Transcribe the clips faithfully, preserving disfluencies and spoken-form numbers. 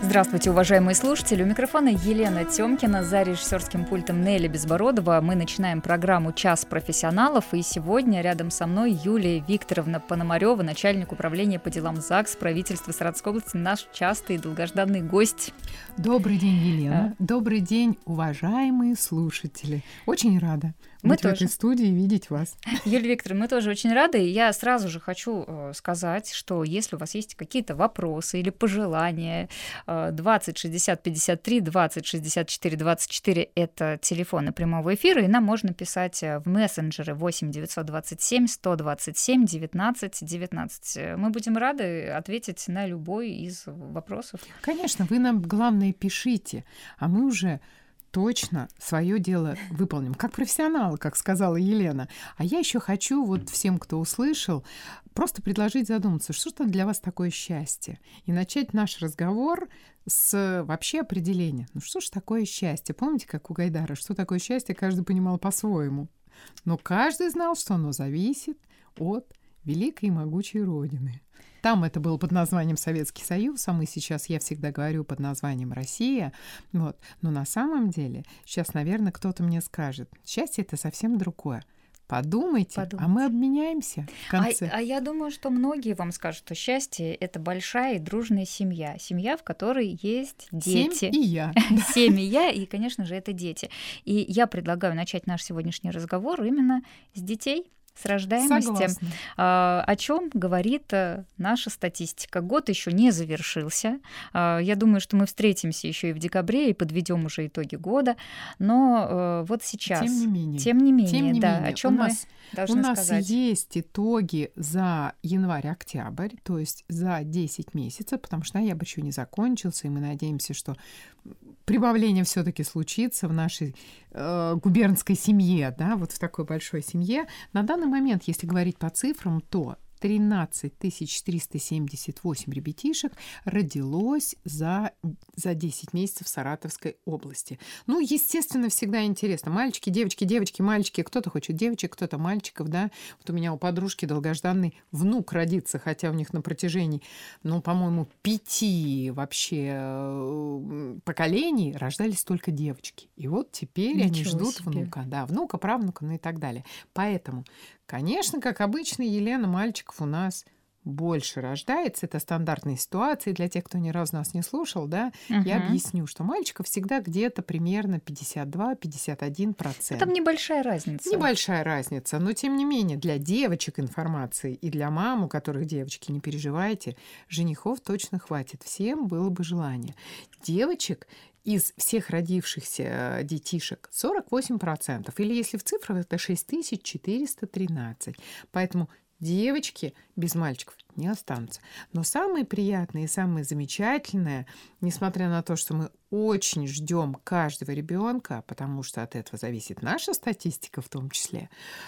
Здравствуйте, уважаемые слушатели. У микрофона Елена Тёмкина, за режиссерским пультом Нелли Безбородова. Мы начинаем программу «Час профессионалов». И сегодня рядом со мной Юлия Викторовна Пономарёва, начальник управления по делам ЗАГС правительства Саратовской области, наш частый и долгожданный гость. Добрый день, Елена. А? Добрый день, уважаемые слушатели. Очень рада мы быть тоже. в этой студии и видеть вас. Юлия Викторовна, мы тоже очень рады. И я сразу же хочу сказать, что если у вас есть какие-то вопросы или пожелания, двадцать шестьдесят пятьдесят три, двадцать шестьдесят четыре двадцать четыре — это телефоны прямого эфира, и нам можно писать в мессенджеры восемь девятьсот двадцать семь сто двадцать семь девятнадцать девятнадцать. Мы будем рады ответить на любой из вопросов. Конечно, вы нам, главное, пишите, а мы уже точно свое дело выполним, как профессионалы, как сказала Елена. А я еще хочу вот всем, кто услышал, просто предложить задуматься, что это для вас такое счастье. И начать наш разговор с вообще определения. Ну что ж такое счастье? Помните, как у Гайдара, что такое счастье, каждый понимал по-своему. Но каждый знал, что оно зависит от великой и могучей Родины. Там это было под названием Советский Союз, а мы сейчас, я всегда говорю, под названием Россия. Вот. Но на самом деле, сейчас, наверное, кто-то мне скажет, счастье — это совсем другое. Подумайте, Подумайте, а мы обменяемся в конце. А, а я думаю, что многие вам скажут, что счастье — это большая и дружная семья. Семья, в которой есть дети. Семь и я. Семь и я, и, конечно же, это дети. И я предлагаю начать наш сегодняшний разговор именно с детей, с рождаемости. Согласна. О чем говорит наша статистика. Год еще не завершился. Я думаю, что мы встретимся еще и в декабре и подведем уже итоги года. Но вот сейчас. Тем не менее. Тем не менее, Тем не да. менее. О чем мы нас, должны у нас сказать? есть итоги за январь-октябрь, то есть за десять месяцев, потому что ноябрь еще не закончился, и мы надеемся, что прибавление все-таки случится в нашей э, губернской семье, да, вот в такой большой семье. На данный момент, если говорить по цифрам, то тринадцать тысяч триста семьдесят восемь ребятишек родилось за, за десять месяцев в Саратовской области. Ну, естественно, всегда интересно. Мальчики, девочки, девочки, мальчики. Кто-то хочет девочек, кто-то мальчиков, да. Вот у меня у подружки долгожданный внук родится, хотя у них на протяжении, ну, по-моему, пяти вообще поколений рождались только девочки. И вот теперь Ничего они ждут себе. внука. Да, внука, правнука, ну и так далее. Поэтому, конечно, как обычно, Елена, мальчиков у нас больше рождается. Это стандартная ситуация. Для тех, кто ни разу нас не слушал, да, Угу. я объясню, что мальчиков всегда где-то примерно пятьдесят два - пятьдесят один процент. Там небольшая разница. Небольшая разница, но тем не менее для девочек информации и для мам, у которых девочки, не переживайте, женихов точно хватит. Всем было бы желание. Девочек из всех родившихся детишек сорок восемь процентов, или если в цифрах, это шесть тысяч четыреста тринадцать. Поэтому девочки без мальчиков не останутся. Но самое приятное и самое замечательное, несмотря на то, что мы очень ждем каждого ребенка, потому что от этого зависит наша статистика в том числе,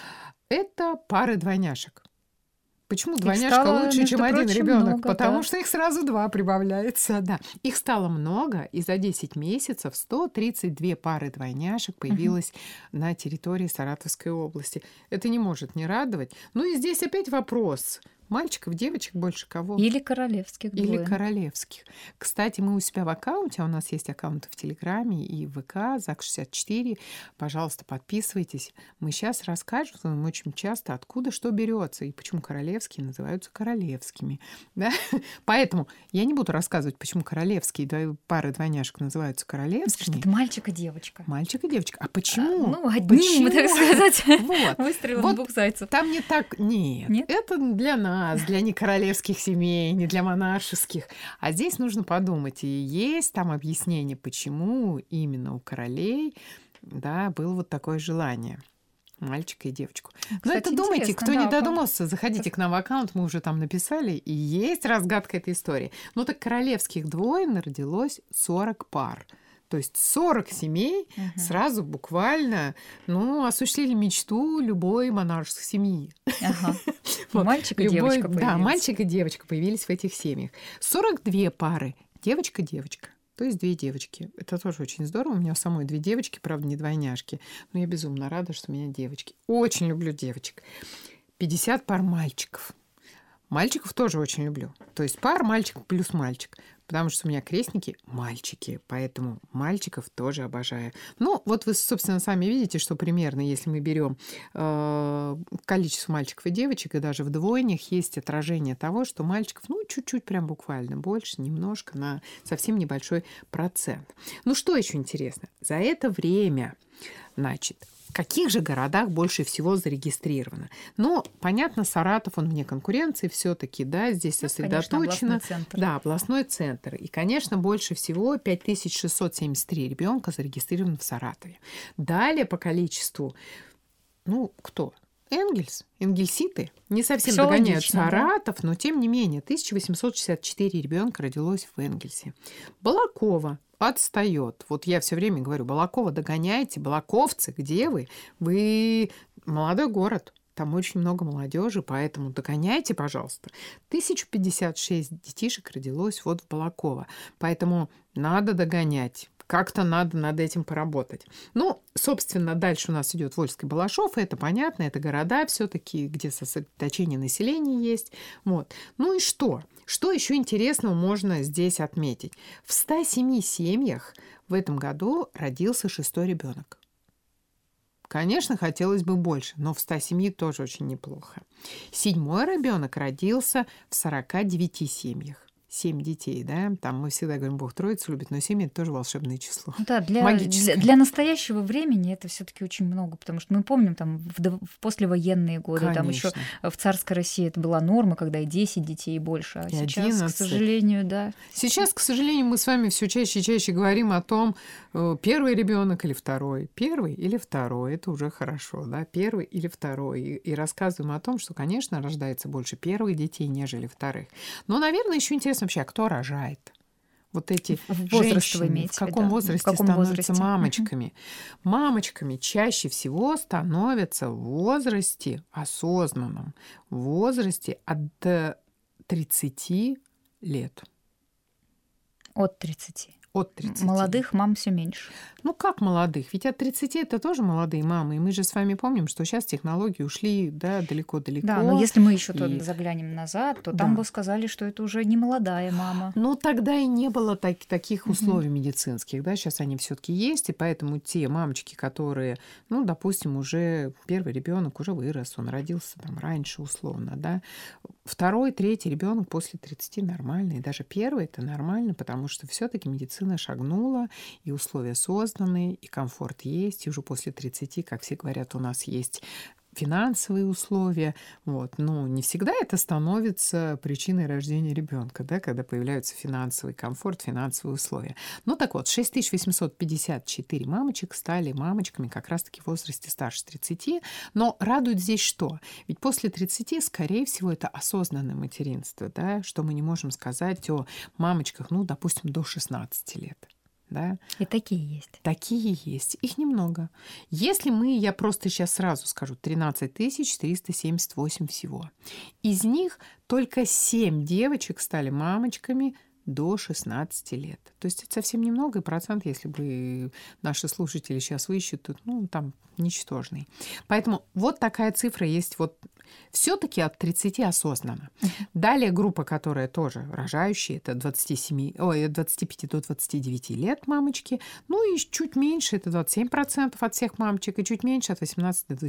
это пары двойняшек. Почему двойняшка лучше, чем один ребенок? Потому да. что их сразу два прибавляется. Да. Их стало много, и за десять месяцев сто тридцать две пары двойняшек появилось угу. на территории Саратовской области. Это не может не радовать. Ну и здесь опять вопрос. Мальчиков, девочек больше кого? Или королевских. Или двое. королевских. Кстати, мы у себя в аккаунте, а у нас есть аккаунты в Телеграме и в ВК, ЗАГС шестьдесят четыре. Пожалуйста, подписывайтесь. Мы сейчас расскажем очень часто, откуда что берется и почему королевские называются королевскими. Да? Поэтому я не буду рассказывать, почему королевские пары двойняшек называются королевскими. Это мальчик и девочка. Мальчик и девочка. А почему? А, ну, одним, почему? Так сказать. Вот. Выстрелом вот двух зайцев. Там не так... Нет. Нет? Это для нас. Для некоролевских семей, не для монаршеских. А здесь нужно подумать. И есть там объяснение, почему именно у королей, да, было вот такое желание. Мальчика и девочку. Кстати, но это думайте, кто да, не додумался, заходите к нам в аккаунт, мы уже там написали, и есть разгадка этой истории. Ну так королевских двоен родилось сорок пар. То есть сорок семей угу. сразу буквально ну, осуществили мечту любой монаршей семьи. Ага. Вот. Мальчик и любой, девочка появились. Да, мальчик и девочка появились в этих семьях. сорок две пары девочка-девочка. То есть две девочки. Это тоже очень здорово. У меня самой две девочки, правда, не двойняшки. Но я безумно рада, что у меня девочки. Очень люблю девочек. пятьдесят пар мальчиков. Мальчиков тоже очень люблю. То есть пар мальчик плюс мальчик. потому что у меня крестники мальчики, поэтому мальчиков тоже обожаю. Ну, вот вы, собственно, сами видите, что примерно, если мы берем э, количество мальчиков и девочек, и даже в двойнях есть отражение того, что мальчиков, ну, чуть-чуть прям буквально больше, немножко, на совсем небольшой процент. Ну, что еще интересно? За это время, значит, в каких же городах больше всего зарегистрировано? Ну, понятно, Саратов, он вне конкуренции все-таки, да, здесь Ну, сосредоточено. конечно, областной центр. Да, областной центр. И, конечно, больше всего пять тысяч шестьсот семьдесят три ребенка зарегистрированы в Саратове. Далее по количеству, ну, кто? Энгельс, энгельситы. Не совсем Всё догоняют логично, Саратов, да? Но тем не менее, тысяча восемьсот шестьдесят четыре ребенка родилось в Энгельсе. Балаково отстает. Вот я все время говорю, Балаково догоняйте, балаковцы, где вы? Вы молодой город. Там очень много молодежи, поэтому догоняйте, пожалуйста. тысяча пятьдесят шесть детишек родилось вот в Балаково. Поэтому надо догонять. Как-то надо над этим поработать. Ну, собственно, дальше у нас идет Вольск и Балашов, и это понятно, это города все-таки, где сосредоточение населения есть. Вот. Ну и что? Что еще интересного можно здесь отметить? В ста семи семьях в этом году родился шестой ребенок. Конечно, хотелось бы больше, но в ста семи тоже очень неплохо. Седьмой ребенок родился в сорока девяти семьях. Семь детей, да, там мы всегда говорим, Бог Троицу любит, но семь — это тоже волшебное число. Да, для, для, для настоящего времени это все-таки очень много, потому что мы помним там в, в послевоенные годы, Конечно. Там еще в царской России это была норма, когда и десять детей и больше, а и сейчас, одиннадцать. К сожалению, да. Сейчас, к сожалению, мы с вами все чаще и чаще говорим о том, первый ребенок или второй. Первый или второй, это уже хорошо, да, первый или второй. И, и рассказываем о том, что, конечно, рождается больше первых детей, нежели вторых. Но, наверное, еще интересно вообще, а кто рожает? Вот эти возраст женщины, в каком возрасте в каком становятся возрасте? мамочками? Uh-huh. Мамочками чаще всего становятся в возрасте осознанном, в возрасте от тридцати лет. От тридцати. От тридцати. Молодых мам все меньше. Ну, как молодых? Ведь от тридцати это тоже молодые мамы. И мы же с вами помним, что сейчас технологии ушли, да, далеко-далеко. Да, но если мы еще и... тут заглянем назад, то да. там бы сказали, что это уже не молодая мама. Ну, тогда и не было так, таких условий mm-hmm. медицинских, да, сейчас они все-таки есть, и поэтому те мамочки, которые, ну, допустим, уже первый ребенок уже вырос, он родился там раньше условно, да, второй, третий ребенок после тридцати нормальный, даже первый это нормально, потому что все-таки медицина шагнула, и условия созданы, и комфорт есть, и уже после тридцати, как все говорят, у нас есть финансовые условия. Вот. Но не всегда это становится причиной рождения ребенка, да, когда появляются финансовый комфорт, финансовые условия. Ну так вот, шесть тысяч восемьсот пятьдесят четыре мамочек стали мамочками как раз-таки в возрасте старше тридцати. Но радует здесь что? Ведь после тридцати, скорее всего, это осознанное материнство, да, что мы не можем сказать о мамочках, ну, допустим, до шестнадцати лет. Да? И такие есть. Такие есть. Их немного. Если мы, я просто сейчас сразу скажу, тринадцать тысяч триста семьдесят восемь всего. Из них только семь девочек стали мамочками до шестнадцати лет. То есть это совсем немного, и процент, если бы наши слушатели сейчас выищут, ну, там ничтожный. Поэтому вот такая цифра есть вот все-таки от тридцати осознанно. Uh-huh. Далее группа, которая тоже рожающие, это двадцать семь, ой, от двадцати пяти до двадцати девяти лет мамочки. Ну и чуть меньше, это двадцать семь процентов от всех мамочек, и чуть меньше от восемнадцати до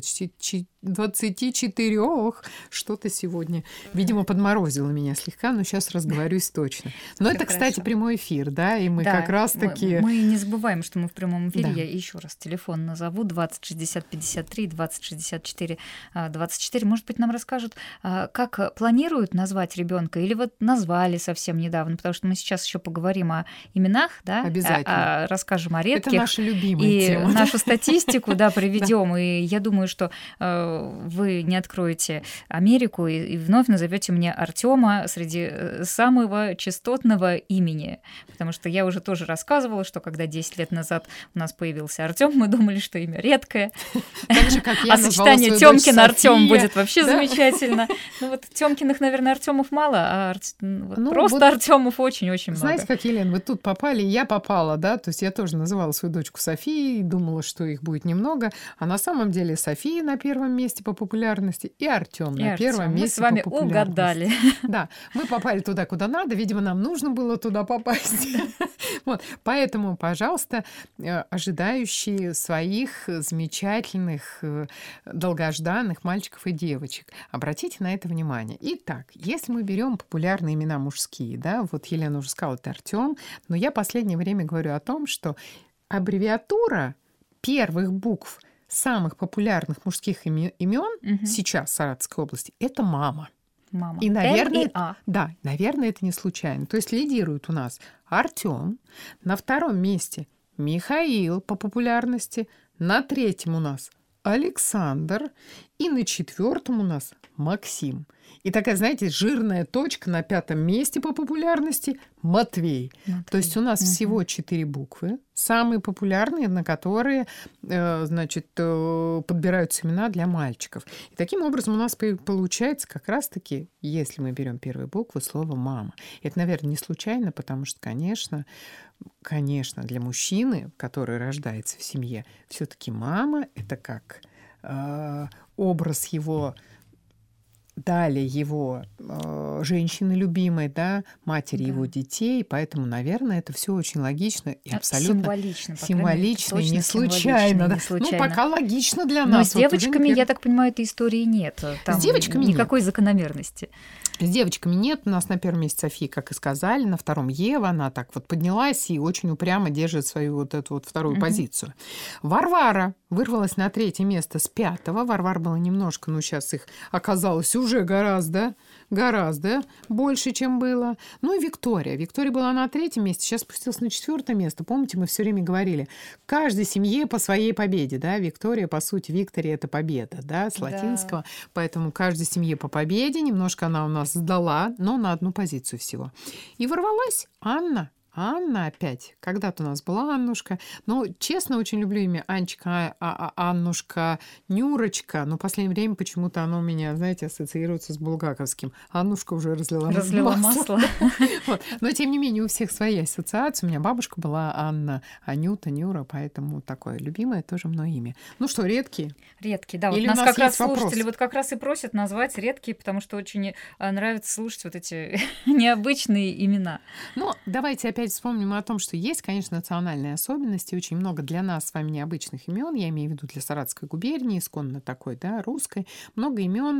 двадцати четырёх. Что-то сегодня, видимо, подморозило меня слегка, но сейчас разговорюсь точно. Но это, кстати, хорошо. Прямой эфир, да, и мы да, как раз-таки... Мы, мы не забываем, что мы в прямом эфире. Да. Я еще раз телефон назову: двадцать шестьдесят пятьдесят три, двадцать шестьдесят четыре, двадцать четыре. Может быть, нам расскажут, как планируют назвать ребенка, или вот назвали совсем недавно, потому что мы сейчас еще поговорим о именах, да, обязательно. А, расскажем о редких. Это наша любимая и тема. Нашу статистику, да, приведем. И я думаю, что вы не откроете Америку и вновь назовете мне Артема среди самого частотного имени, потому что я уже тоже рассказывала, что когда десять лет назад у нас появился Артем, мы думали, что имя редкое, так же, как я а сочетание Тёмкин Артём будет вообще вообще замечательно. Ну вот Тёмкиных, наверное, Артёмов мало, а Ар- вот Ну, просто вот Артёмов очень-очень много. знаете, как, Елена, вы тут попали, и я попала, да, то есть я тоже называла свою дочку Софией, думала, что их будет немного, а на самом деле София на первом месте по популярности и Артём И на первом Артём. Мы месте с вами по популярности. угадали. Да, мы попали туда, куда надо, видимо, нам нужно было туда попасть. Вот, поэтому, пожалуйста, э, ожидающие своих замечательных, э, долгожданных мальчиков и девочек, обратите на это внимание. Итак, если мы берем популярные имена мужские, да, вот Елена уже сказала, это Артём, но я последнее время говорю о том, что аббревиатура первых букв самых популярных мужских име- имен Мгм. сейчас в Саратовской области — это мама. Мама. И, М наверное, и А. да, наверное, это не случайно. То есть лидирует у нас Артём, на втором месте Михаил по популярности, на третьем у нас Александр, и на четвертом у нас Максим. И такая, знаете, жирная точка на пятом месте по популярности Матвей. То есть у нас Мгм. всего четыре буквы, самые популярные, на которые, э, значит, э, подбираются имена для мальчиков. И таким образом у нас по- получается как раз-таки, если мы берем первые буквы, слово «мама». Это, наверное, не случайно, потому что, конечно, конечно, для мужчины, который рождается в семье, все-таки мама — это как э, образ его, далее его э, женщины любимой, да, матери Да. его детей, поэтому, наверное, это все очень логично и А, абсолютно Символично, по крайней мере, это символично, и точно не символично, случайно. и Да. не Ну, случайно. пока логично для Но нас. с Вот уже не девочками, я первый- так понимаю, этой истории нет. Там девочками нет. никакой закономерности. С девочками нет. У нас на первом месте София, как и сказали, на втором Ева. Она так вот поднялась и очень упрямо держит свою вот эту вот вторую Мгм. позицию. Варвара вырвалась на третье место с пятого. Варвара была немножко, но сейчас их оказалось уже гораздо, гораздо больше, чем было. Ну и Виктория. Виктория была на третьем месте, сейчас спустилась на четвертое место. Помните, мы все время говорили, каждой семье по своей победе, да? Виктория, по сути, Виктория — это победа, да, с Да. латинского. Поэтому каждой семье по победе. Немножко она у нас сдала, но на одну позицию всего. И ворвалась Анна. Анна опять. Когда-то у нас была Аннушка. Но, честно, очень люблю имя Анечка, а- а- Аннушка, Нюрочка. Но в последнее время почему-то оно у меня, знаете, ассоциируется с булгаковским. Аннушка уже разлила, Разлила масло. Вот. Но, тем не менее, у всех свои ассоциации. У меня бабушка была Анна, Анюта, Нюра, поэтому такое любимое тоже мное имя. Ну что, редкие? Редкие, да. Вот Или у нас нас как раз есть вопрос? слушатели вот как раз и просят назвать редкие, потому что очень э, нравится слушать вот эти необычные имена. Ну, давайте опять вспомним о том, что есть, конечно, национальные особенности. Очень много для нас с вами необычных имен. Я имею в виду для Саратовской губернии, исконно такой, да, русской. Много имен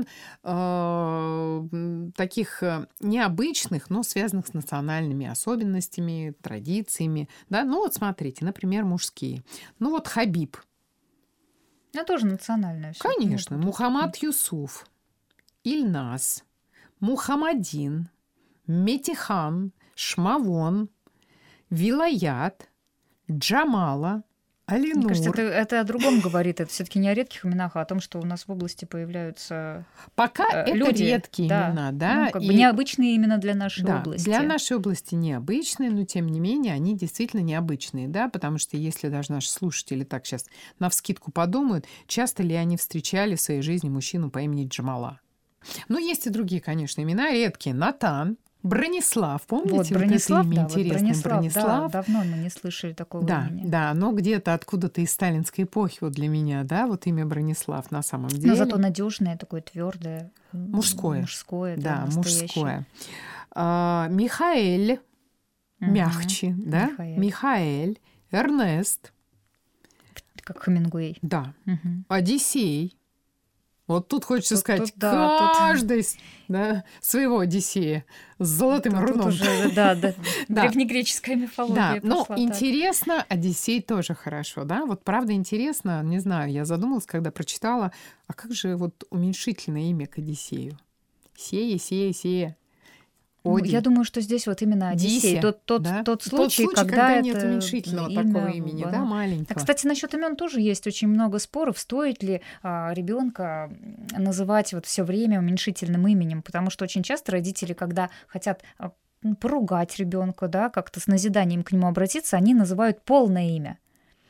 э, м, таких э, необычных, но связанных с национальными особенностями, традициями. Да? Ну, вот смотрите, например, мужские. Ну, вот Хабиб. Ну, тоже национальное всё. Конечно. Ну, тут- Мухаммад Юсуф, Ильнас, Мухаммадин, Метихан, Шмавон, Вилаят, Джамала, Мне Алинур. кажется, это, это о другом говорит. Это все-таки не о редких именах, а о том, что у нас в области появляются Пока э, это люди. редкие да. имена, да. Ну, как бы и- необычные именно для нашей да, области. для нашей области необычные, но тем не менее они действительно необычные, да, потому что если даже наши слушатели так сейчас навскидку подумают, часто ли они встречали в своей жизни мужчину по имени Джамала. Ну, есть и другие, конечно, имена редкие. Натан, Бронислав, помните Вот вот Бронислав, это имя да, вот интересное? Бронислав, Бронислав. да, давно мы не слышали такого Да, имени. да, но где-то откуда-то из сталинской эпохи вот для меня, да, вот имя Бронислав на самом деле. Но зато надежное, такое твердое, Мужское. мужское, Да, да, настоящее. мужское. А, Михаэль, Мгм. мягче, да? Михаэль. Михаэль, Эрнест, Как Хемингуэй. да, Мгм. Одиссей. Вот тут хочется Тут- сказать, тут, да, тут- каждый с- да, своего Одиссея с золотым Тут- тут руном. уже, да, да, Да. древнегреческая Да, мифология но пошла. да. интересно, Одиссей тоже хорошо, да? Вот правда интересно, не знаю, я задумалась, когда прочитала, а как же вот уменьшительное имя к Одиссею? Сея, Сея, Сея. Ну, Один. я думаю, что здесь вот именно Одиссей. Дися, Тот, тот, да? тот случай, когда, когда это нет уменьшительного имя, такого имени, оно- да, А, маленького. кстати, насчет имен тоже есть очень много споров, стоит ли ребенка называть вот все время уменьшительным именем, потому что очень часто родители, когда хотят а, ну, поругать ребенка, да, как-то с назиданием к нему обратиться, они называют полное имя.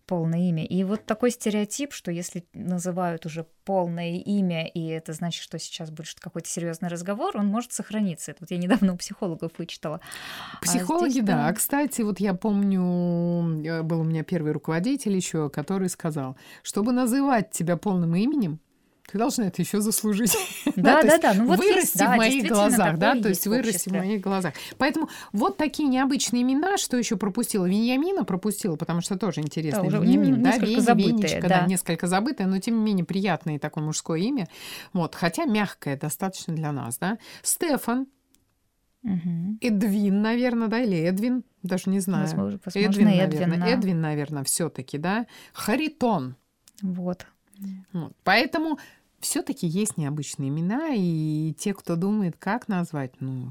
полное имя. И вот такой стереотип, что если называют уже полное имя, и это значит, что сейчас будет какой-то серьезный разговор, он может сохраниться. Это вот я недавно у психологов вычитала. Психологи, а здесь, да. да. Кстати, вот я помню, был у меня первый руководитель еще, который сказал, чтобы называть тебя полным именем, ты должна это еще заслужить. Да, да, да. Ну вот вырасти есть, да, в моих глазах, да, то есть есть вырасти в моих глазах. Поэтому вот такие необычные имена, что еще пропустила? Вениамина пропустила, потому что тоже интересно. Да, уже Вениамин, да, несколько Вени, забытые, Венечка, да. да, несколько забытое, но тем не менее приятное такое мужское имя. Вот, хотя мягкое достаточно для нас, да. Стефан, Мгм. Эдвин, наверное, да, или Эдвин, даже не знаю. Возможно, возможно, Эдвин, Эдвин, наверное, да. Эдвин, наверное, все-таки, да. Харитон. Вот. Вот. Поэтому все-таки есть необычные имена, и те, кто думает, как назвать, ну,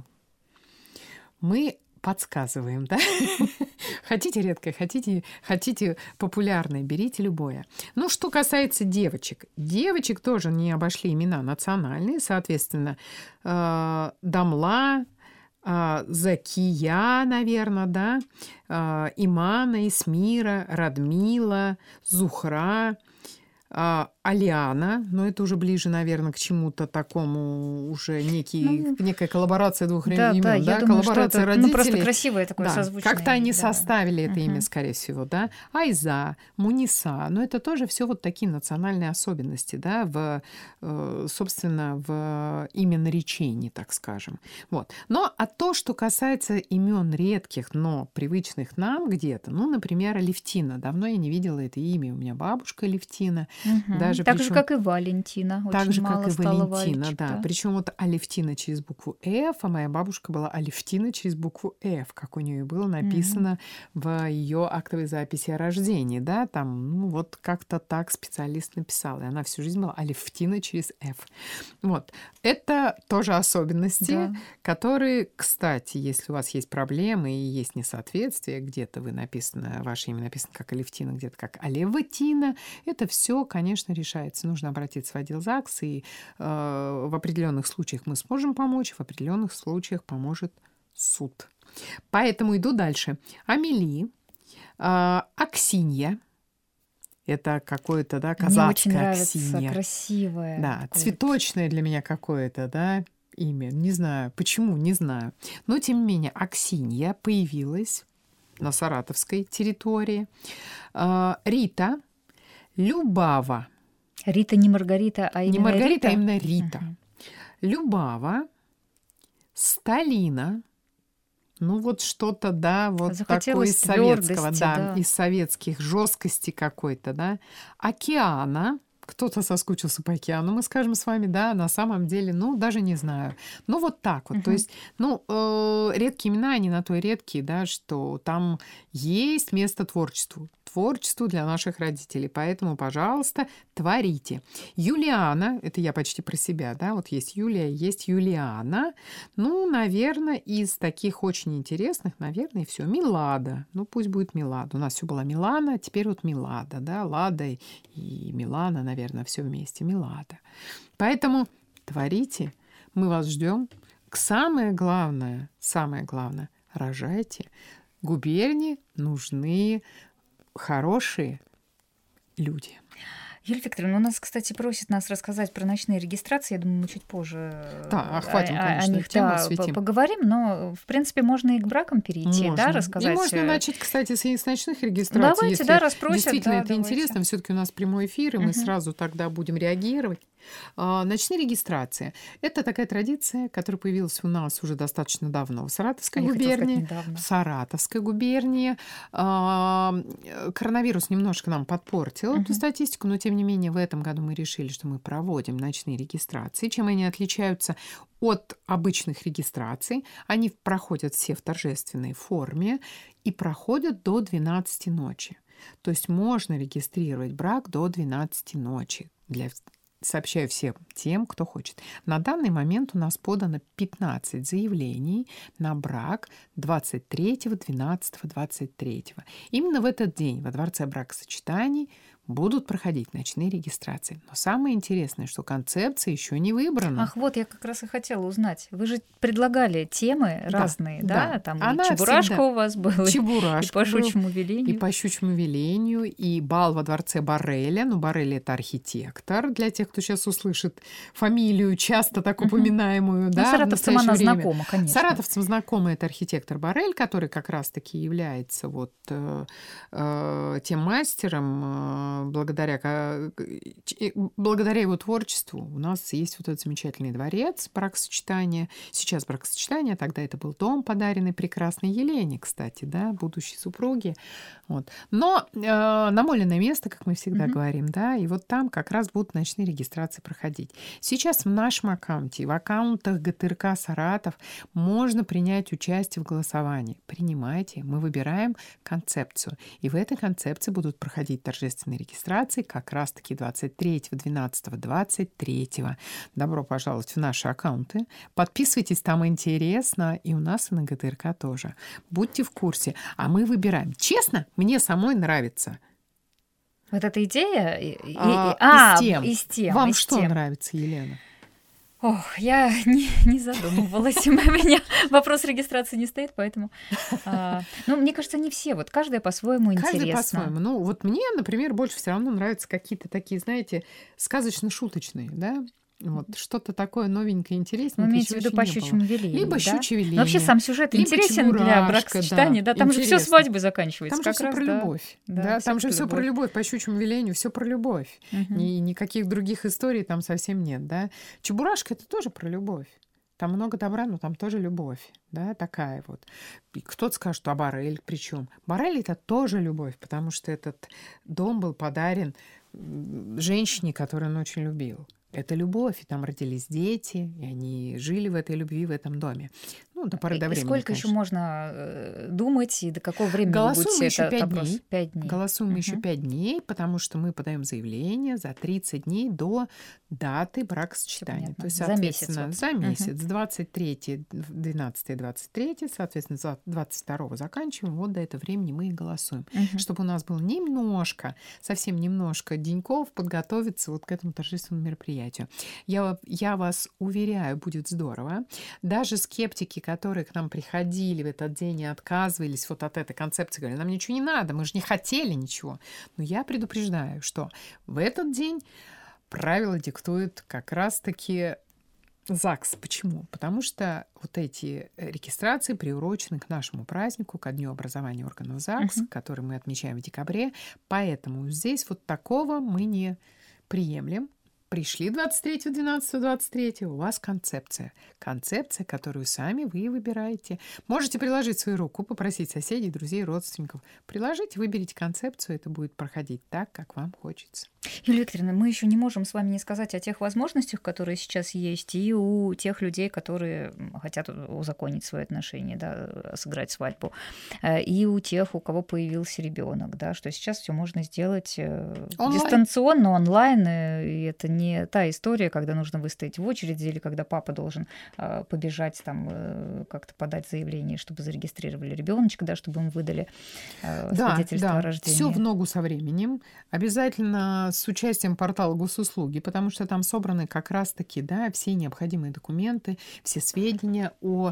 мы подсказываем, да? Хотите редкое, хотите, хотите популярное, берите любое. Ну, что касается девочек. Девочек тоже не обошли имена национальные, соответственно, э, Дамла, э, Закия, наверное, да, э, Имана, Исмира, Радмила, Зухра, а, Алиана, но это уже ближе, наверное, к чему-то такому, уже некий, Ну, некая коллаборация двух да, имен, да, да, я думаю, что коллаборация это, родителей. ну, просто красивое такое Да, созвучное. как-то они да. составили это имя, Мгм. скорее всего, да. Айза, Муниса, но это тоже все вот такие национальные особенности, да, в, э, собственно, в именоречении, так скажем. Вот. Но а то, что касается имен редких, но привычных нам где-то, ну, например, Алевтина. Давно я не видела это имя. У меня бабушка Алевтина. Мгм. Даже Так же, причем как и Валентина. так Очень же, мало как и стало Валентина, Валечек, да. да. Причем вот Алевтина через букву F, а моя бабушка была Алевтина через букву F, как у нее было Мгм. написано в ее актовой записи о рождении, да, там, ну, вот как-то так специалист написал, и она всю жизнь была Алевтина через F. Вот. Это тоже особенности, Да. которые, кстати, если у вас есть проблемы и есть несоответствие, где-то вы написано, ваше имя написано как Алевтина, где-то как Алевтина, это все, конечно, решается. Нужно обратиться в отдел ЗАГС, и э, в определенных случаях мы сможем помочь, в определенных случаях поможет суд. Поэтому иду дальше. Амели, э, Аксинья. Это какое-то, да, Мне очень казацкое нравится, Аксинья. красивое. Да, такое вот. цветочное для меня какое-то, да, имя. Не знаю, почему, не знаю. Но, тем не менее, Аксинья появилась на саратовской территории. А, Рита, Любава. Рита не Маргарита, а Не именно Маргарита, а Рита? именно Рита. Мгм. Любава, Сталина. Ну, вот что-то, да, вот такое Захотелось из советского, твёрдости, да, да. из советских, жесткости какой-то, да. Океана. Кто-то соскучился по океану, мы скажем с вами, да, на самом деле, ну, даже не знаю. Ну, вот так вот. То Мгм. есть, ну, э, редкие имена, они на то и редкие, да, что там есть место творчеству. Творчеству для наших родителей. Поэтому, пожалуйста, творите. Юлиана, это я почти про себя, да, вот есть Юлия, есть Юлиана. Ну, наверное, из таких очень интересных, наверное, и все. Милада. Ну, пусть будет Милада. У нас все было Милана, теперь вот Милада, да, Лада и Милана, наверное, все вместе. Милада. Поэтому творите, мы вас ждем. Самое главное, самое главное, рожайте. Губернии нужны хорошие люди. Юлия Викторовна, у нас, кстати, просят нас рассказать про ночные регистрации. Я думаю, мы чуть позже Да, э, охватим, о, о- о конечно, них тему, да, осветим. по- поговорим, но, в принципе, можно и к бракам перейти, да, Можно. И рассказать. можно э, начать, кстати, с, с ночных регистраций. Давайте, Если да, расспросят, действительно да, это давайте. интересно, все-таки у нас прямой эфир, и мы Мгм. сразу тогда будем реагировать. А, Ночные регистрации. Это такая традиция, которая появилась у нас уже достаточно давно в Саратовской Я хотела сказать, губернии. недавно. В Саратовской губернии. А, э, Коронавирус немножко нам подпортил эту Мгм. статистику, но тем не менее в этом году мы решили, что мы проводим ночные регистрации. Чем они отличаются от обычных регистраций? Они проходят все в торжественной форме и проходят до двенадцати ночи. То есть можно регистрировать брак до двенадцати ночи. Для... Сообщаю всем тем, кто хочет. На данный момент у нас подано пятнадцать заявлений на брак двадцать третьего, двенадцатого, двадцать третьего. Именно в этот день во Дворце бракосочетаний будут проходить ночные регистрации. Но самое интересное, что концепция еще не выбрана. Ах, вот я как раз и хотела узнать. Вы же предлагали темы Да, разные, да? да. Там Она и чебурашка всегда- у вас была, и Чебурашка по был, щучьему и велению. по щучьему велению, и бал во дворце Борреля. Ну, Боррель — это архитектор. Для тех, кто сейчас услышит фамилию, часто так Мгм. упоминаемую, Ну, да, в саратовцам она настоящее время. знакома, конечно. Саратовцам знакомый это архитектор Боррель, который как раз-таки является вот э, э, тем мастером, э, благодаря, ко- ч- благодаря его творчеству у нас есть вот этот замечательный дворец бракосочетания. Сейчас бракосочетание, тогда это был дом, подаренный прекрасной Елене, кстати, да, будущей супруге. Вот. Но э, намоленное место, как мы всегда Мгм. говорим, да, и вот там как раз будут ночные регистрации проходить. Сейчас в нашем аккаунте, в аккаунтах ГТРК Саратов можно принять участие в голосовании. Принимайте, мы выбираем концепцию. И в этой концепции будут проходить торжественные регистрации как раз-таки двадцать третьего, двенадцатого, двадцать третьего. Добро пожаловать в наши аккаунты. Подписывайтесь, там интересно. И у нас и на ГТРК тоже. Будьте в курсе. А мы выбираем. Честно, мне самой нравится. Вот эта идея... и- и- и- А, а, из тем. из тем, Вам из что тем. нравится, Елена? Ох, я не, не задумывалась. У меня вопрос регистрации не стоит, поэтому... а, Ну, мне кажется, не все. Вот каждая по-своему Каждый интересна. по-своему. Ну, вот мне, например, больше все равно нравятся какие-то такие, знаете, сказочно-шуточные, да? Вот что-то такое новенькое, Вы интересненькое. имеете в чего виду еще по не было. щучьему велению, Либо да? щучье Ну, вообще веление. сам сюжет либо интересен для чебурашка, бракосочетания, да, да, там же все интересно. свадьбой заканчивается. Там же как все раз, про да. любовь. Да, Да, всё там же про все про любовь. любовь. По щучьему велению все про любовь. Мгм. И никаких других историй там совсем нет, да. Чебурашка — это тоже про любовь. Там много добра, но там тоже любовь, да, такая вот. И кто-то скажет, что а Боррель при чем? Боррель — это тоже любовь, потому что этот дом был подарен м, женщине, которую он очень любил. Это любовь, и там родились дети, и они жили в этой любви, в этом доме. Ну, до поры И до и времени, сколько еще конечно. можно э, думать, и до какого времени вы Голосуем будете мы еще этот пять опрос? дней. Пять дней. Голосуем мы еще Мгм. пять дней, потому что мы подаем заявление за тридцать дней до даты Всё бракосочетания. понятно. То есть, За месяц соответственно, вот. за Мгм. месяц, двадцать третьего, двенадцатого, двадцать третьего, соответственно, за двадцать второго заканчиваем. Вот до этого времени мы и голосуем. Мгм. Чтобы у нас было немножко, совсем немножко деньков подготовиться вот к этому торжественному мероприятию. Я, я вас уверяю, будет здорово. Даже скептики, которые к нам приходили в этот день и отказывались вот от этой концепции, говорили, нам ничего не надо, мы же не хотели ничего. Но я предупреждаю, что в этот день правила диктует как раз-таки ЗАГС. Почему? Потому что вот эти э, регистрации приурочены к нашему празднику, ко Дню образования органов ЗАГС, Мгм. который мы отмечаем в декабре. Поэтому здесь вот такого мы не приемлем. Пришли двадцать третьего, двенадцатого, двадцать третьего, у вас концепция. Концепция, которую сами вы выбираете. Можете приложить свою руку, попросить соседей, друзей, родственников. Приложите, выберите концепцию, это будет проходить так, как вам хочется. Юлия Викторовна, мы еще не можем с вами не сказать о тех возможностях, которые сейчас есть, и у тех людей, которые м, хотят узаконить свои отношения, да, сыграть свадьбу, э, и у тех, у кого появился ребенок, да, что сейчас все можно сделать э, Онлайн. дистанционно, онлайн, э, и это не та история, когда нужно выстоять в очереди или когда папа должен э, побежать там э, как-то подать заявление, чтобы зарегистрировали ребеночка, да, чтобы ему выдали э, Да, свидетельство да, о рождении. все в ногу со временем. Обязательно с участием портала госуслуги, потому что там собраны как раз-таки, да, все необходимые документы, все сведения о,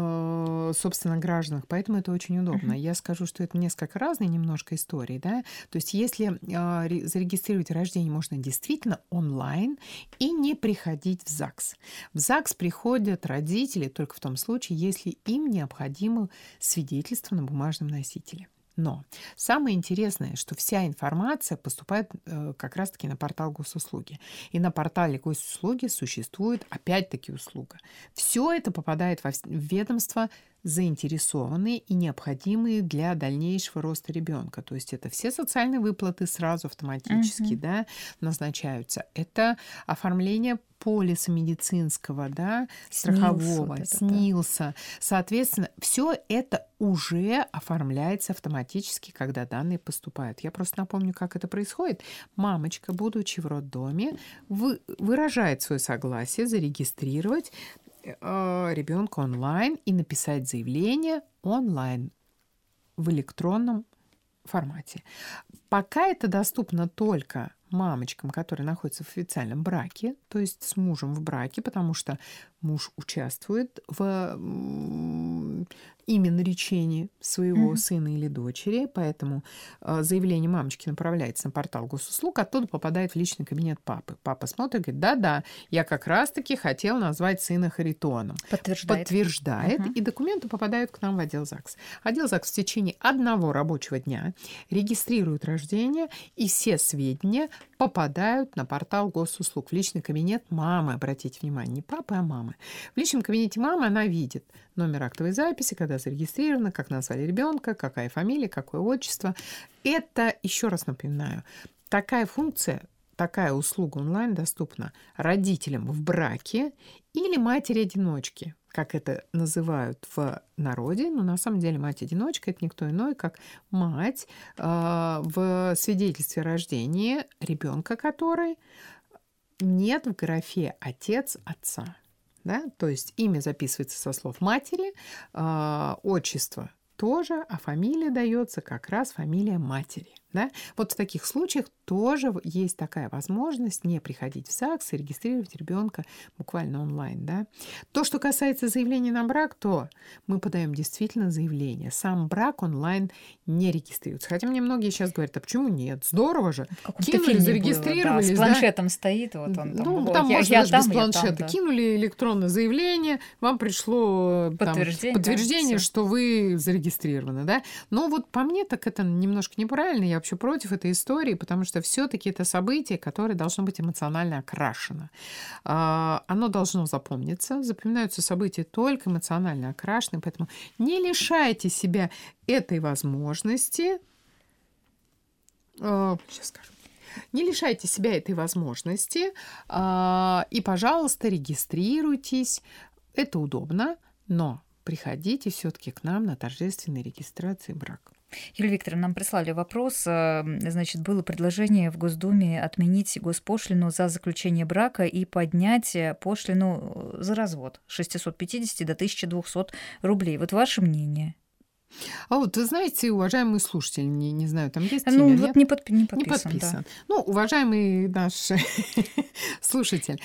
э, собственно, гражданах. Поэтому это очень удобно. Мгм. Я скажу, что это несколько разные немножко истории, да. То есть если э, ре- зарегистрировать рождение можно действительно онлайн и не приходить в ЗАГС. В ЗАГС приходят родители только в том случае, если им необходимо свидетельство на бумажном носителе. Но самое интересное, что вся информация поступает э, как раз-таки на портал госуслуги. И на портале госуслуги существует опять-таки услуга. Все это попадает во вс- в ведомства, заинтересованные и необходимые для дальнейшего роста ребенка. То есть это все социальные выплаты сразу автоматически, Мгм. да, назначаются. Это оформление полиса медицинского, да, СНИЛС страхового, вот это, да. СНИЛСа. Соответственно, все это уже оформляется автоматически, когда данные поступают. Я просто напомню, как это происходит. Мамочка, будучи в роддоме, вы- выражает свое согласие зарегистрировать ребенка онлайн и написать заявление онлайн в электронном формате. Пока это доступно только мамочкам, которые находятся в официальном браке, то есть с мужем в браке, потому что муж участвует в именоречении своего mm-hmm. сына или дочери, поэтому заявление мамочки направляется на портал госуслуг, оттуда попадает в личный кабинет папы. Папа смотрит, говорит, да-да, я как раз-таки хотел назвать сына Харитоном. Подтверждает. Подтверждает, uh-huh. и документы попадают к нам в отдел ЗАГС. Отдел ЗАГС в течение одного рабочего дня регистрирует рождение, и все сведения попадают на портал госуслуг в личный кабинет мамы. Обратите внимание, не папы, а мамы. В личном кабинете мамы она видит номер актовой записи, когда зарегистрировано, как назвали ребенка, какая фамилия, какое отчество. Это, еще раз напоминаю, такая функция, такая услуга онлайн доступна родителям в браке или матери-одиночки, как это называют в народе, но на самом деле мать-одиночка — это никто иной, как мать э, в свидетельстве о рождении ребенка, которой нет в графе «отец отца». Да? То есть имя записывается со слов матери, э, отчество тоже, а фамилия дается как раз фамилия матери. Да? Вот в таких случаях тоже есть такая возможность не приходить в ЗАГС и регистрировать ребенка буквально онлайн. Да? То, что касается заявления на брак, то мы подаем действительно заявление. Сам брак онлайн не регистрируется. Хотя мне многие сейчас говорят, а почему нет? Здорово же. Кинули, зарегистрировались. Да, с планшетом да? стоит. Вот он, там, ну, вот, там я, можно я даже там, без планшета. Там, да. Кинули электронное заявление, вам пришло подтверждение, там, подтверждение да, что вы зарегистрированы. Да? Но вот по мне так это немножко неправильно. Я вообще против этой истории, потому что все-таки это событие, которое должно быть эмоционально окрашено. Оно должно запомниться. Запоминаются события только эмоционально окрашены, поэтому не лишайте себя этой возможности. Сейчас скажу. Не лишайте себя этой возможности и, пожалуйста, регистрируйтесь. Это удобно, но приходите все-таки к нам на торжественной регистрации брака. Юлия Викторовна, нам прислали вопрос. Значит, было предложение в Госдуме отменить госпошлину за заключение брака и поднять пошлину за развод с шестисот пятидесяти до тысячи двухсот рублей. Вот ваше мнение? А вот вы знаете, уважаемый слушатель, не, не знаю, там есть ну, имя, вот нет? Не, подпи- не подписан. Не подписан. Да. Ну, уважаемый наш слушатель,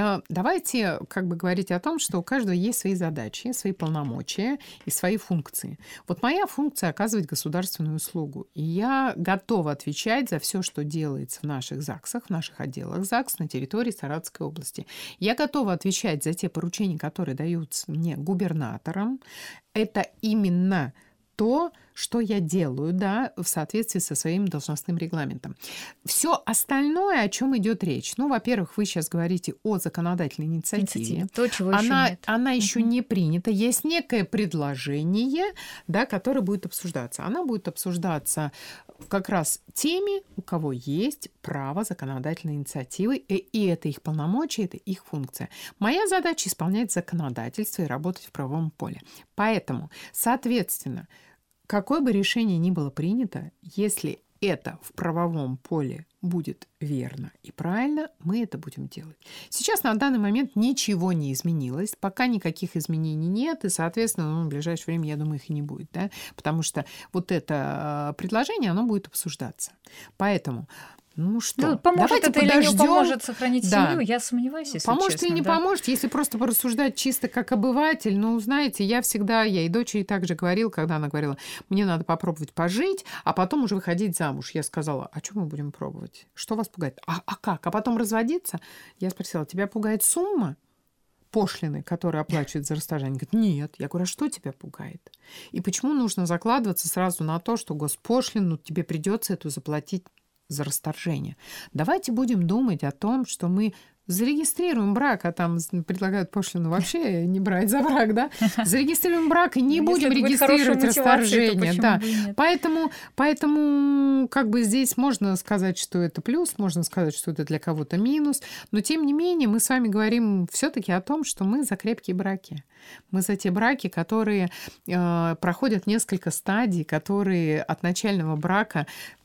давайте как бы говорить о том, что у каждого есть свои задачи, свои полномочия и свои функции. Вот моя функция — оказывать государственную услугу. И я готова отвечать за все, что делается в наших ЗАГСах, в наших отделах ЗАГС на территории Саратовской области. Я готова отвечать за те поручения, которые даются мне губернатором. Это именно то, что я делаю, да, в соответствии со своим должностным регламентом. Все остальное, о чем идет речь. Ну, во-первых, вы сейчас говорите о законодательной инициативе. То, чего она, еще нет. Она uh-huh. еще не принята. Есть некое предложение, да, которое будет обсуждаться. Она будет обсуждаться как раз теми, у кого есть право законодательной инициативы, и, и это их полномочия, это их функция. Моя задача — исполнять законодательство и работать в правовом поле. Поэтому, соответственно, какое бы решение ни было принято, если это в правовом поле будет верно и правильно, мы это будем делать. Сейчас на данный момент ничего не изменилось, пока никаких изменений нет, и, соответственно, ну, в ближайшее время, я думаю, их и не будет, да? Потому что вот это предложение, оно будет обсуждаться. Поэтому ну что, ну, поможет давайте это подождем. Или не поможет сохранить да. семью, я сомневаюсь, если Поможет честно, или не да. поможет, если просто порассуждать чисто как обыватель. Ну, знаете, я всегда, я и дочери также говорила, когда она говорила, мне надо попробовать пожить, а потом уже выходить замуж. Я сказала, а что мы будем пробовать? Что вас пугает? А, а как? А потом разводиться? Я спросила, тебя пугает сумма пошлины, которые оплачивают за расторжение? Говорит, нет. Я говорю, а что тебя пугает? И почему нужно закладываться сразу на то, что госпошлину тебе придется эту заплатить за расторжение? Давайте будем думать о том, что мы зарегистрируем брак, а там предлагают пошлину вообще не брать за брак, да? Зарегистрируем брак и не будем регистрировать расторжение. Да. Поэтому, поэтому как бы здесь можно сказать, что это плюс, можно сказать, что это для кого-то минус, но тем не менее мы с вами говорим все-таки о том, что мы за крепкие браки. Мы за те браки, которые э, проходят несколько стадий, которые от начального брака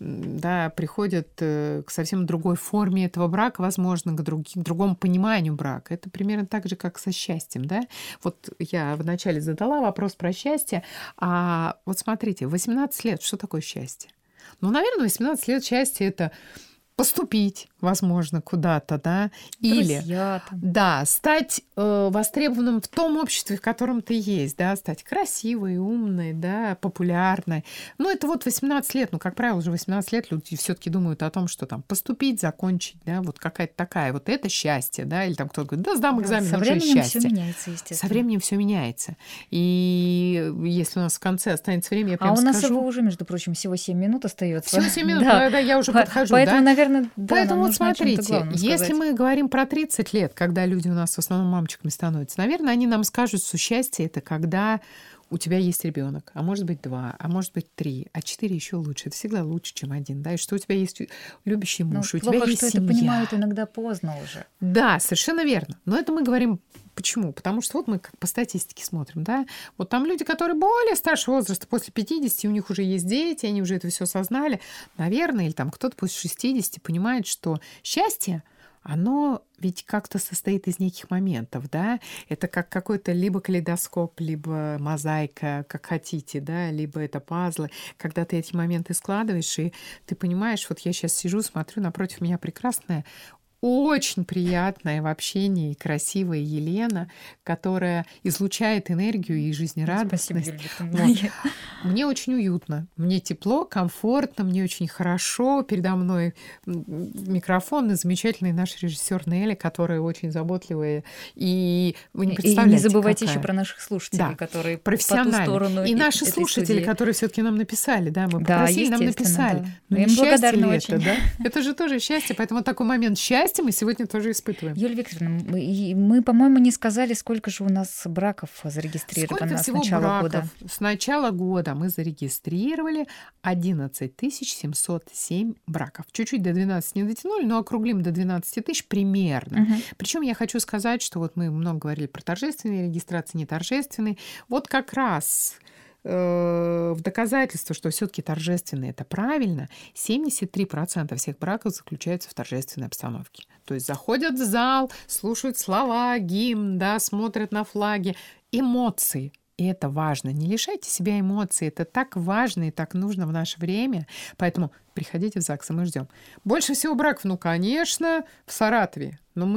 да, приходят э, к совсем другой форме этого брака, возможно, к, друг, к другому пониманию брака. Это примерно так же, как со счастьем. Да? Вот я вначале задала вопрос про счастье. А вот смотрите, в восемнадцать лет что такое счастье? Ну, наверное, восемнадцать лет счастья — это поступить, возможно, куда-то, да, или Друзья там. да, стать э, востребованным в том обществе, в котором ты есть, да, стать красивой, умной, да, популярной. Ну, это вот восемнадцать лет, ну, как правило, уже восемнадцать лет люди все-таки думают о том, что там поступить, закончить, да, вот какая-то такая, вот это счастье, да, или там кто-то говорит, да, сдам Да, экзамен, со уже временем все счастье. меняется, естественно. Со временем все меняется. И если у нас в конце останется время, я прям А у нас скажу. его уже, между прочим, всего семь минут остается. Всего семь минут, Да. да, я уже По- подхожу, Поэтому, да. наверное, да, Поэтому нам вот нужно о чём-то смотрите, главном если сказать. мы говорим про тридцать лет, когда люди у нас в основном мамочками становятся, наверное, они нам скажут, что счастье — это когда у тебя есть ребенок, а может быть два, а может быть три, а четыре еще лучше. Это всегда лучше, чем один, да, и что у тебя есть любящий Ну, муж, у плохо, тебя есть что семья. это понимают иногда поздно уже. Да, совершенно верно. Но это мы говорим почему? Потому что вот мы как по статистике смотрим, да, вот там люди, которые более старшего возраста, после пятидесяти, у них уже есть дети, они уже это все осознали, наверное, или там кто-то после шестидесяти понимает, что счастье, оно ведь как-то состоит из неких моментов, да, это как какой-то либо калейдоскоп, либо мозаика, как хотите, да, либо это пазлы, когда ты эти моменты складываешь, и ты понимаешь, вот я сейчас сижу, смотрю, напротив меня прекрасная, очень приятная в общении и красивая Елена, которая излучает энергию и жизнерадостность. Спасибо, Юлия Вот. Викторовна. Мне очень уютно, мне тепло, комфортно, мне очень хорошо. Передо мной микрофон и замечательный наш режиссер Нелли, которая очень заботливая. И вы не И представляете, не забывайте какая. еще про наших слушателей, Да, которые по ту профессионально. сторону И э- наши этой слушатели, студии. которые все-таки нам написали, да, мы Да, попросили, нам естественно, написали. да. Ну, Мы не им счастье благодарны ли очень. это, да? Это же тоже счастье, поэтому такой момент счастья мы сегодня тоже испытываем. Юлия Викторовна, мы, и мы, по-моему, не сказали, сколько же у нас браков зарегистрировано Сколько с всего начала браков? года. С начала года мы зарегистрировали одиннадцать тысяч семьсот семь браков. Чуть-чуть до двенадцати не дотянули, но округлим до двенадцати тысяч примерно. Мгм. Причем я хочу сказать, что вот мы много говорили про торжественные регистрации, неторжественные. Вот как раз э, в доказательство, что все-таки торжественные — это правильно, семьдесят три процента всех браков заключаются в торжественной обстановке. То есть заходят в зал, слушают слова, гимн, да, смотрят на флаги. Эмоции. И это важно. Не лишайте себя эмоций. Это так важно и так нужно в наше время. Поэтому приходите в ЗАГС, и мы ждем. Больше всего браков, ну, конечно, в Саратове. Но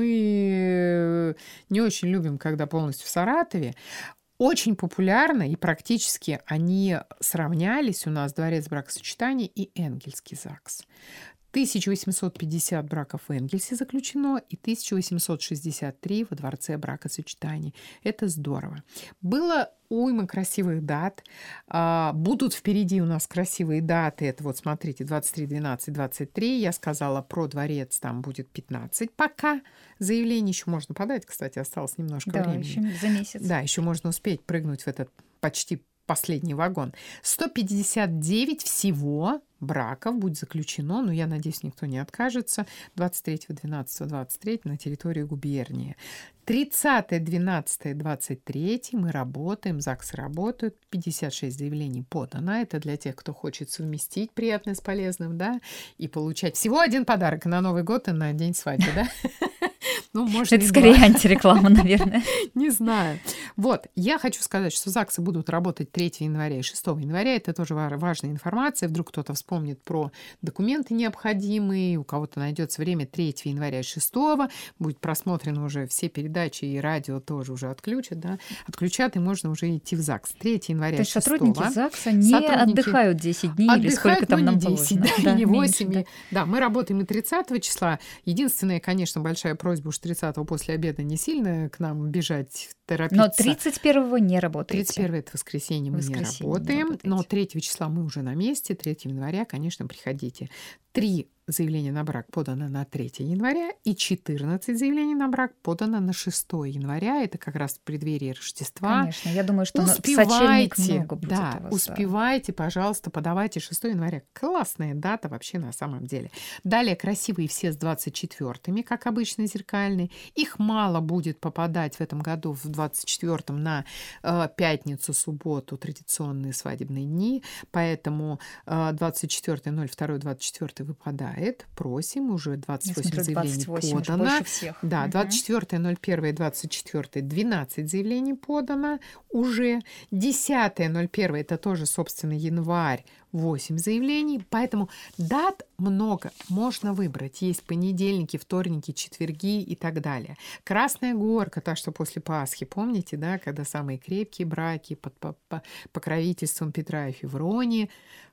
мы не очень любим, когда полностью в Саратове. Очень популярно, и практически они сравнялись у нас Дворец бракосочетания и Энгельсский ЗАГС. тысяча восемьсот пятьдесят браков в Энгельсе заключено и тысяча восемьсот шестьдесят три во Дворце бракосочетаний. Это здорово. Было уйма красивых дат. А, будут впереди у нас красивые даты. Это вот, смотрите, двадцать три, двенадцать, двадцать три. Я сказала про дворец, там будет пятнадцать пока. Заявление еще можно подать, кстати, осталось немножко Да, времени. еще за месяц. Да, еще можно успеть прыгнуть в этот почти последний вагон. сто пятьдесят девять всего браков будет заключено, но я надеюсь, никто не откажется, двадцать третьего двенадцатого двадцать третьего на территории губернии. тридцатое двенадцатое двадцать третье мы работаем, ЗАГСы работают, пятьдесят шесть заявлений подано. Это для тех, кто хочет совместить приятное с полезным, да, и получать всего один подарок на Новый год и на день свадьбы, да? Ну, можно Это и скорее два. антиреклама, наверное. Не знаю. Вот, я хочу сказать, что ЗАГСы будут работать третьего января и шестого января. Это тоже ва- важная информация. Вдруг кто-то вспомнит про документы необходимые, у кого-то найдется время третьего января и шестого. Будет просмотрено уже все передачи, и радио тоже уже отключат, да, отключат, и можно уже идти в ЗАГС. третьего января То и есть шестого. сотрудники ЗАГСа не Сотрудники отдыхают десять дней или сколько Отдыхают, там но нам не десять, положено. да, и не меньше, восемь. да. и- Да, мы работаем и тридцатого числа. Единственная, конечно, большая просьба уж тридцатого после обеда не сильно к нам бежать, торопиться. Но тридцать первого не работаете. тридцать первое это воскресенье, мы Воскресенье не не работаем, работаете. но третьего числа мы уже на месте, третьего января, конечно, приходите. Три заявления на брак подано на третьего января и четырнадцать заявлений на брак подано на шестого января. Это как раз в преддверии Рождества. Конечно, я думаю, что на- сочельник Успевайте, много будет да, у вас. да. успевайте, пожалуйста, подавайте шестого января. Классная дата вообще на самом деле. Далее красивые все с двадцать четвёртыми, как обычно, зеркальные. Их мало будет попадать в этом году в двадцать четвёртом на э, пятницу, субботу, традиционные свадебные дни, поэтому э, двадцать четвёртый, ноль второй, двадцать четвёртый выпадает. приглашает. Просим, уже двадцать восемь Я смотрю, заявлений двадцать восемь, подано. больше всех. Да, Мгм. двадцать четвёртое ноль первое двадцать четвёртое двенадцать заявлений подано уже. десятое ноль первое это тоже, собственно, январь, восемь заявлений. Поэтому дат много, можно выбрать. Есть понедельники, вторники, четверги и так далее. Красная горка, та, что после Пасхи, помните, да, когда самые крепкие браки под по- по- покровительством Петра и Февронии.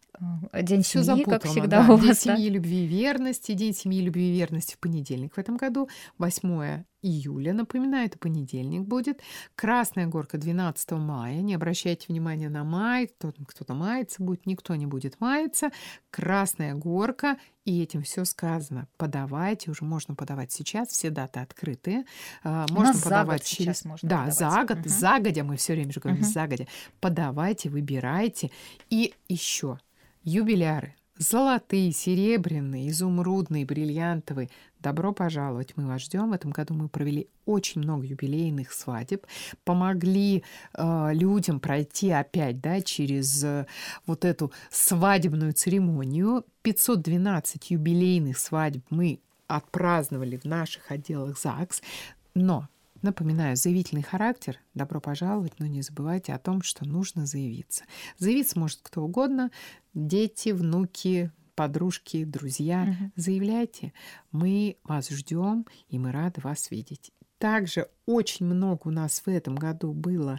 А, День Все семьи, как запутано, всегда да. у День вас, да? семьи, любви и верности. День семьи, любви и верности в понедельник в этом году. восьмое июля, напоминаю, это понедельник будет. Красная горка двенадцатого мая. Не обращайте внимания на май. Кто- Кто-то мается будет, никто не будет маяться. Красная горка. И этим все сказано. Подавайте, уже можно подавать сейчас, все даты открытые. А, У Можно нас за подавать год через... сейчас можно Да, подавать. за год, Мгм. загодя, мы все время же говорим, Мгм. загодя. Подавайте, выбирайте. И еще юбиляры. Золотые, серебряные, изумрудные, бриллиантовые. Добро пожаловать, мы вас ждем. В этом году мы провели очень много юбилейных свадеб, помогли э, людям пройти опять, да, через э, вот эту свадебную церемонию. пятьсот двенадцать юбилейных свадеб мы отпраздновали в наших отделах ЗАГС. Но, напоминаю, заявительный характер, добро пожаловать, но не забывайте о том, что нужно заявиться. Заявиться может кто угодно, дети, внуки, подружки, друзья. Мгм. Заявляйте, мы вас ждем, и мы рады вас видеть. Также очень много у нас в этом году было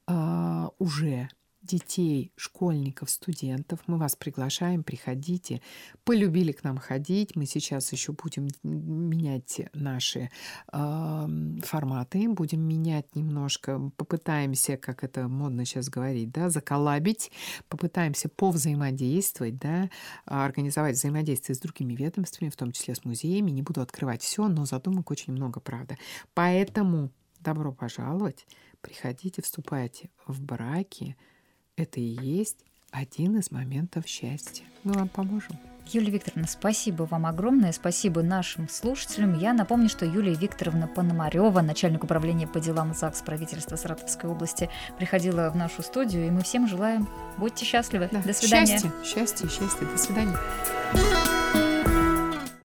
а, уже детей, школьников, студентов. Мы вас приглашаем, приходите. Полюбили к нам ходить. Мы сейчас еще будем менять наши э, форматы, будем менять немножко, попытаемся, как это модно сейчас говорить, да, заколабить, попытаемся повзаимодействовать, да, организовать взаимодействие с другими ведомствами, в том числе с музеями. Не буду открывать все, но задумок очень много, правда. Поэтому добро пожаловать, приходите, вступайте в браки. Это и есть один из моментов счастья. Мы вам поможем. Юлия Викторовна, спасибо вам огромное, спасибо нашим слушателям. Я напомню, что Юлия Викторовна Пономарёва, начальник управления по делам ЗАГС правительства Саратовской области, приходила в нашу студию, и мы всем желаем, будьте счастливы. Да. До свидания. Счастье, счастье, счастье. До свидания.